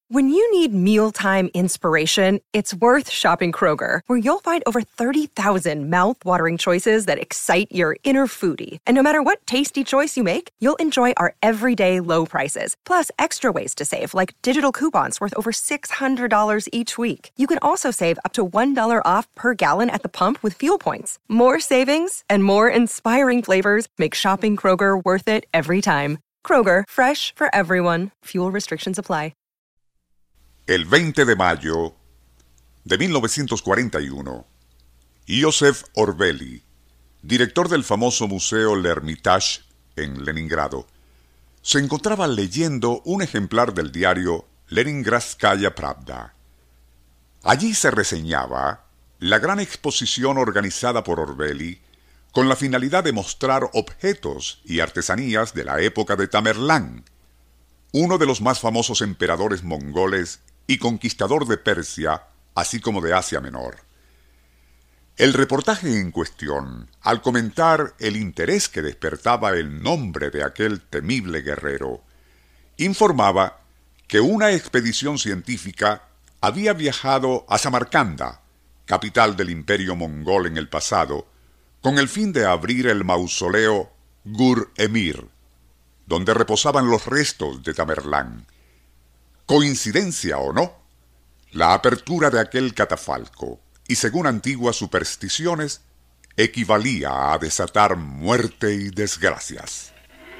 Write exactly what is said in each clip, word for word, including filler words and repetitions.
When you need mealtime inspiration, it's worth shopping Kroger, where you'll find over thirty thousand mouth-watering choices that excite your inner foodie. And no matter what tasty choice you make, you'll enjoy our everyday low prices, plus extra ways to save, like digital coupons worth over six hundred dollars each week. You can also save up to one dollar off per gallon at the pump with fuel points. More savings and more inspiring flavors make shopping Kroger worth it every time. Kroger, fresh for everyone. Fuel restrictions apply. El veinte de mayo de mil novecientos cuarenta y uno, Joseph Orbeli, director del famoso museo L'Ermitage en Leningrado, se encontraba leyendo un ejemplar del diario Leningradskaya Pravda. Allí se reseñaba la gran exposición organizada por Orbeli con la finalidad de mostrar objetos y artesanías de la época de Tamerlán, uno de los más famosos emperadores mongoles y conquistador de Persia, así como de Asia Menor. El reportaje en cuestión, al comentar el interés que despertaba el nombre de aquel temible guerrero, informaba que una expedición científica había viajado a Samarcanda, capital del imperio mongol en el pasado, con el fin de abrir el mausoleo Gur-Emir, donde reposaban los restos de Tamerlán. Coincidencia o no, la apertura de aquel catafalco, y según antiguas supersticiones, equivalía a desatar muerte y desgracias.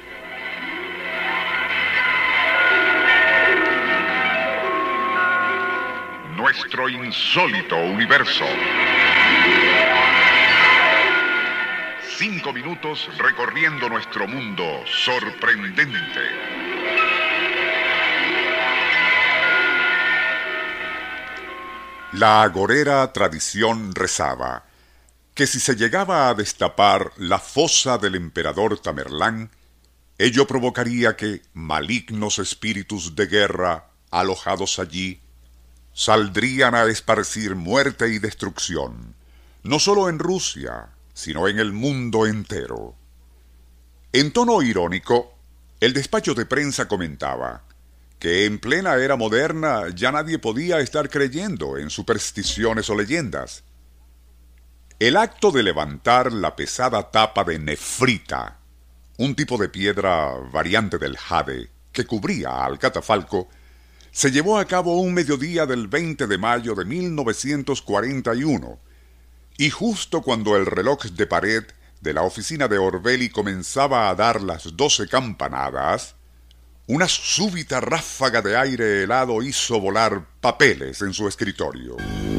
Nuestro insólito universo. Cinco minutos recorriendo nuestro mundo sorprendente. La agorera tradición rezaba que si se llegaba a destapar la fosa del emperador Tamerlán, ello provocaría que malignos espíritus de guerra alojados allí saldrían a esparcir muerte y destrucción, no solo en Rusia, sino en el mundo entero. En tono irónico, el despacho de prensa comentaba que en plena era moderna ya nadie podía estar creyendo en supersticiones o leyendas. El acto de levantar la pesada tapa de nefrita, un tipo de piedra variante del jade que cubría al catafalco, se llevó a cabo un mediodía del veinte de mayo de mil novecientos cuarenta y uno, y justo cuando el reloj de pared de la oficina de Orbeli comenzaba a dar las doce campanadas, una súbita ráfaga de aire helado hizo volar papeles en su escritorio.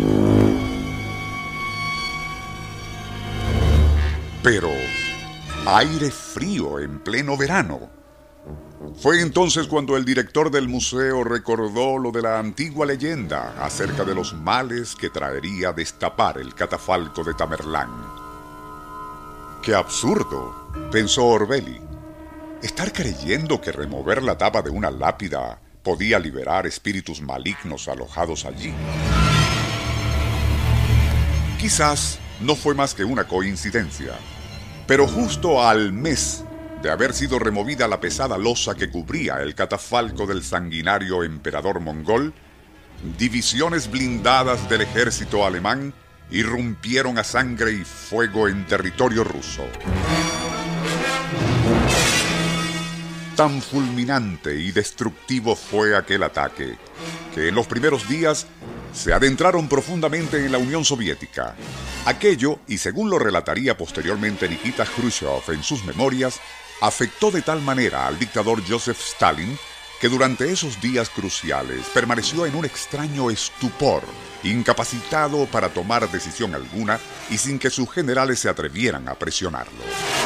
Pero aire frío en pleno verano. Fue entonces cuando el director del museo recordó lo de la antigua leyenda acerca de los males que traería destapar el catafalco de Tamerlán. ¡Qué absurdo!, pensó Orbeli. Estar creyendo que remover la tapa de una lápida podía liberar espíritus malignos alojados allí. Quizás no fue más que una coincidencia, pero justo al mes de haber sido removida la pesada losa que cubría el catafalco del sanguinario emperador mongol, divisiones blindadas del ejército alemán irrumpieron a sangre y fuego en territorio ruso. Tan fulminante y destructivo fue aquel ataque, que en los primeros días se adentraron profundamente en la Unión Soviética. Aquello, y según lo relataría posteriormente Nikita Khrushchev en sus memorias, afectó de tal manera al dictador Joseph Stalin que durante esos días cruciales permaneció en un extraño estupor, incapacitado para tomar decisión alguna y sin que sus generales se atrevieran a presionarlo.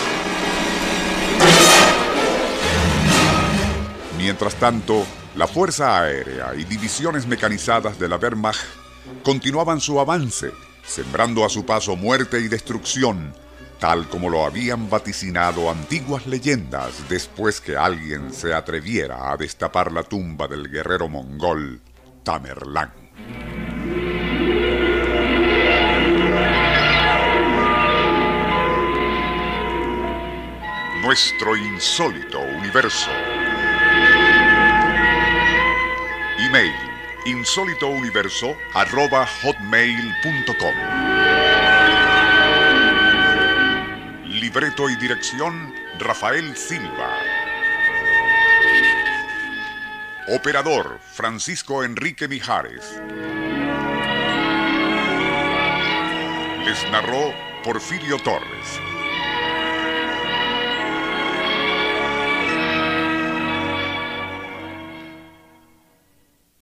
Mientras tanto, la Fuerza Aérea y divisiones mecanizadas de la Wehrmacht continuaban su avance, sembrando a su paso muerte y destrucción, tal como lo habían vaticinado antiguas leyendas después que alguien se atreviera a destapar la tumba del guerrero mongol Tamerlán. Nuestro insólito universo. Email insólitouniverso arroba hotmail punto com. Libreto y dirección, Rafael Silva. Operador, Francisco Enrique Mijares. Les narró Porfirio Torres.